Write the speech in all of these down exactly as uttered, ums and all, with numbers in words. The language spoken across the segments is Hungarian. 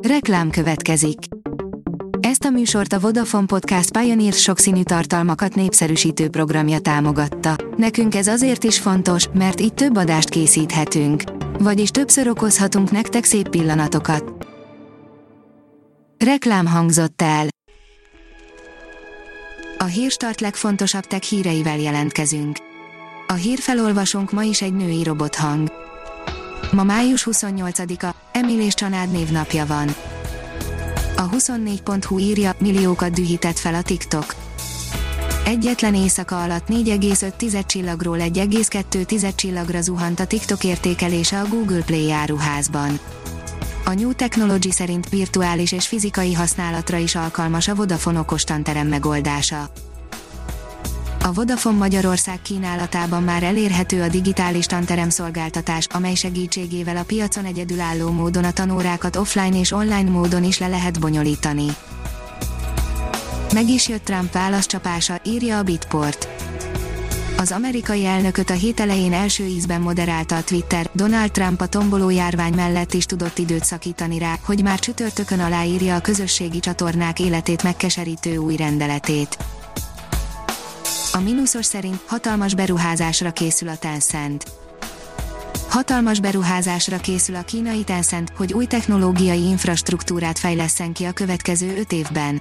Reklám következik. Ezt a műsort a Vodafone Podcast Pioneer sokszínű tartalmakat népszerűsítő programja támogatta. Nekünk ez azért is fontos, mert így több adást készíthetünk. Vagyis többször okozhatunk nektek szép pillanatokat. Reklám hangzott el. A Hírstart legfontosabb tech híreivel jelentkezünk. A hírfelolvasónk ma is egy női robothang. Ma május huszonnyolcadika, Emil és Csanád névnapja van. A huszonnégy pont hu írja, milliókat dühített fel a TikTok. Egyetlen éjszaka alatt négy egész öt csillagról egy egész kettő csillagra zuhant a TikTok értékelése a Google Play áruházban. A New Technology szerint virtuális és fizikai használatra is alkalmas a Vodafone okostanterem megoldása. A Vodafone Magyarország kínálatában már elérhető a digitális tanterem szolgáltatás, amely segítségével a piacon egyedülálló módon a tanórákat offline és online módon is le lehet bonyolítani. Meg is jött Trump válaszcsapása, írja a Bitport. Az amerikai elnököt a hét elején első ízben moderálta a Twitter, Donald Trump a tomboló járvány mellett is tudott időt szakítani rá, hogy már csütörtökön aláírja a közösségi csatornák életét megkeserítő új rendeletét. A mínuszos szerint hatalmas beruházásra készül a Tencent. Hatalmas beruházásra készül a kínai Tencent, hogy új technológiai infrastruktúrát fejlesszen ki a következő öt évben.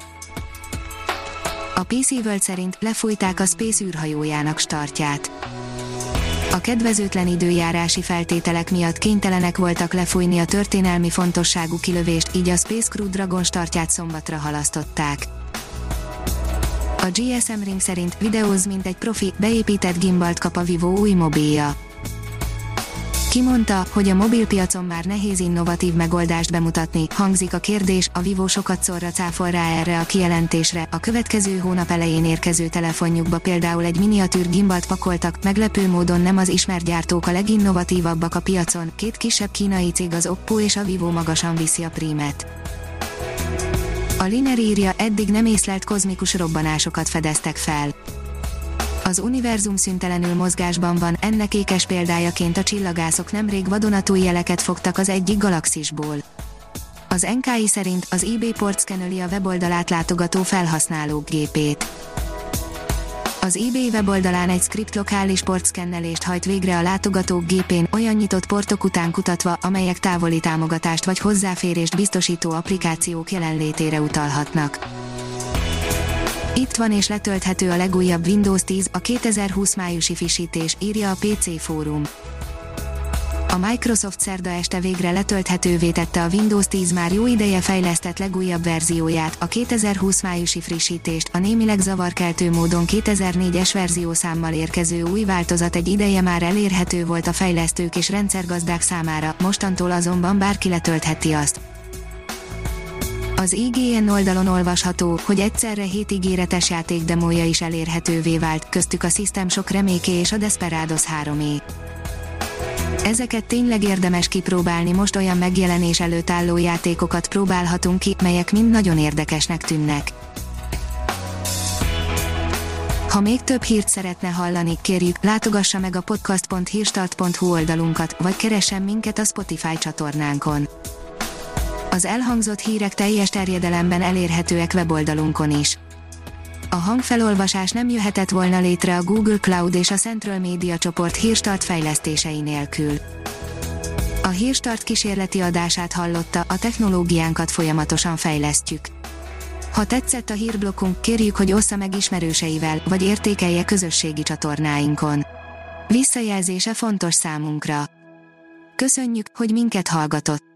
A pé cé World szerint lefújták a Space űrhajójának startját. A kedvezőtlen időjárási feltételek miatt kénytelenek voltak lefújni a történelmi fontosságú kilövést, így a Space Crew Dragon startját szombatra halasztották. A gé es em Ring szerint videóz mint egy profi, beépített gimbalt kap a Vivo új mobilja. Kimondta, hogy a mobilpiacon már nehéz innovatív megoldást bemutatni, hangzik a kérdés, a Vivo sokat szorra cáfol rá erre a kijelentésre, a következő hónap elején érkező telefonjukba például egy miniatűr gimbalt pakoltak, meglepő módon nem az ismert gyártók a leginnovatívabbak a piacon, két kisebb kínai cég az Oppo és a Vivo magasan viszi a prímet. A Liner írja, eddig nem észlelt kozmikus robbanásokat fedeztek fel. Az univerzum szüntelenül mozgásban van, ennek ékes példájaként a csillagászok nemrég vadonatúj jeleket fogtak az egyik galaxisból. Az en ká i szerint az eBay portszkenöli a weboldalát látogató felhasználók gépét. Az eBay weboldalán egy script lokális portszkennelést hajt végre a látogatók gépén, olyan nyitott portok után kutatva, amelyek távoli támogatást vagy hozzáférést biztosító applikációk jelenlétére utalhatnak. Itt van és letölthető a legújabb Windows tíz, a kétezer-húsz májusi frissítés, írja a pé cé Fórum. A Microsoft szerda este végre letölthetővé tette a Windows tíz már jó ideje fejlesztett legújabb verzióját, a kétezer-húsz májusi frissítést, a némileg zavarkeltő módon kétezer-négyes verziószámmal érkező új változat egy ideje már elérhető volt a fejlesztők és rendszergazdák számára, mostantól azonban bárki letöltheti azt. Az i gé en oldalon olvasható, hogy egyszerre hét ígéretes játék demója is elérhetővé vált, köztük a System Shock remake és a Desperados három. Ezeket tényleg érdemes kipróbálni, most olyan megjelenés előtt álló játékokat próbálhatunk ki, melyek mind nagyon érdekesnek tűnnek. Ha még több hírt szeretne hallani, kérjük, látogassa meg a podcast pont hírstart pont hu oldalunkat, vagy keressen minket a Spotify csatornánkon. Az elhangzott hírek teljes terjedelemben elérhetőek weboldalunkon is. A hangfelolvasás nem jöhetett volna létre a Google Cloud és a Central Media csoport Hírstart fejlesztései nélkül. A Hírstart kísérleti adását hallotta, a technológiánkat folyamatosan fejlesztjük. Ha tetszett a hírblokkunk, kérjük, hogy ossza meg ismerőseivel, vagy értékelje közösségi csatornáinkon. Visszajelzése fontos számunkra. Köszönjük, hogy minket hallgatott!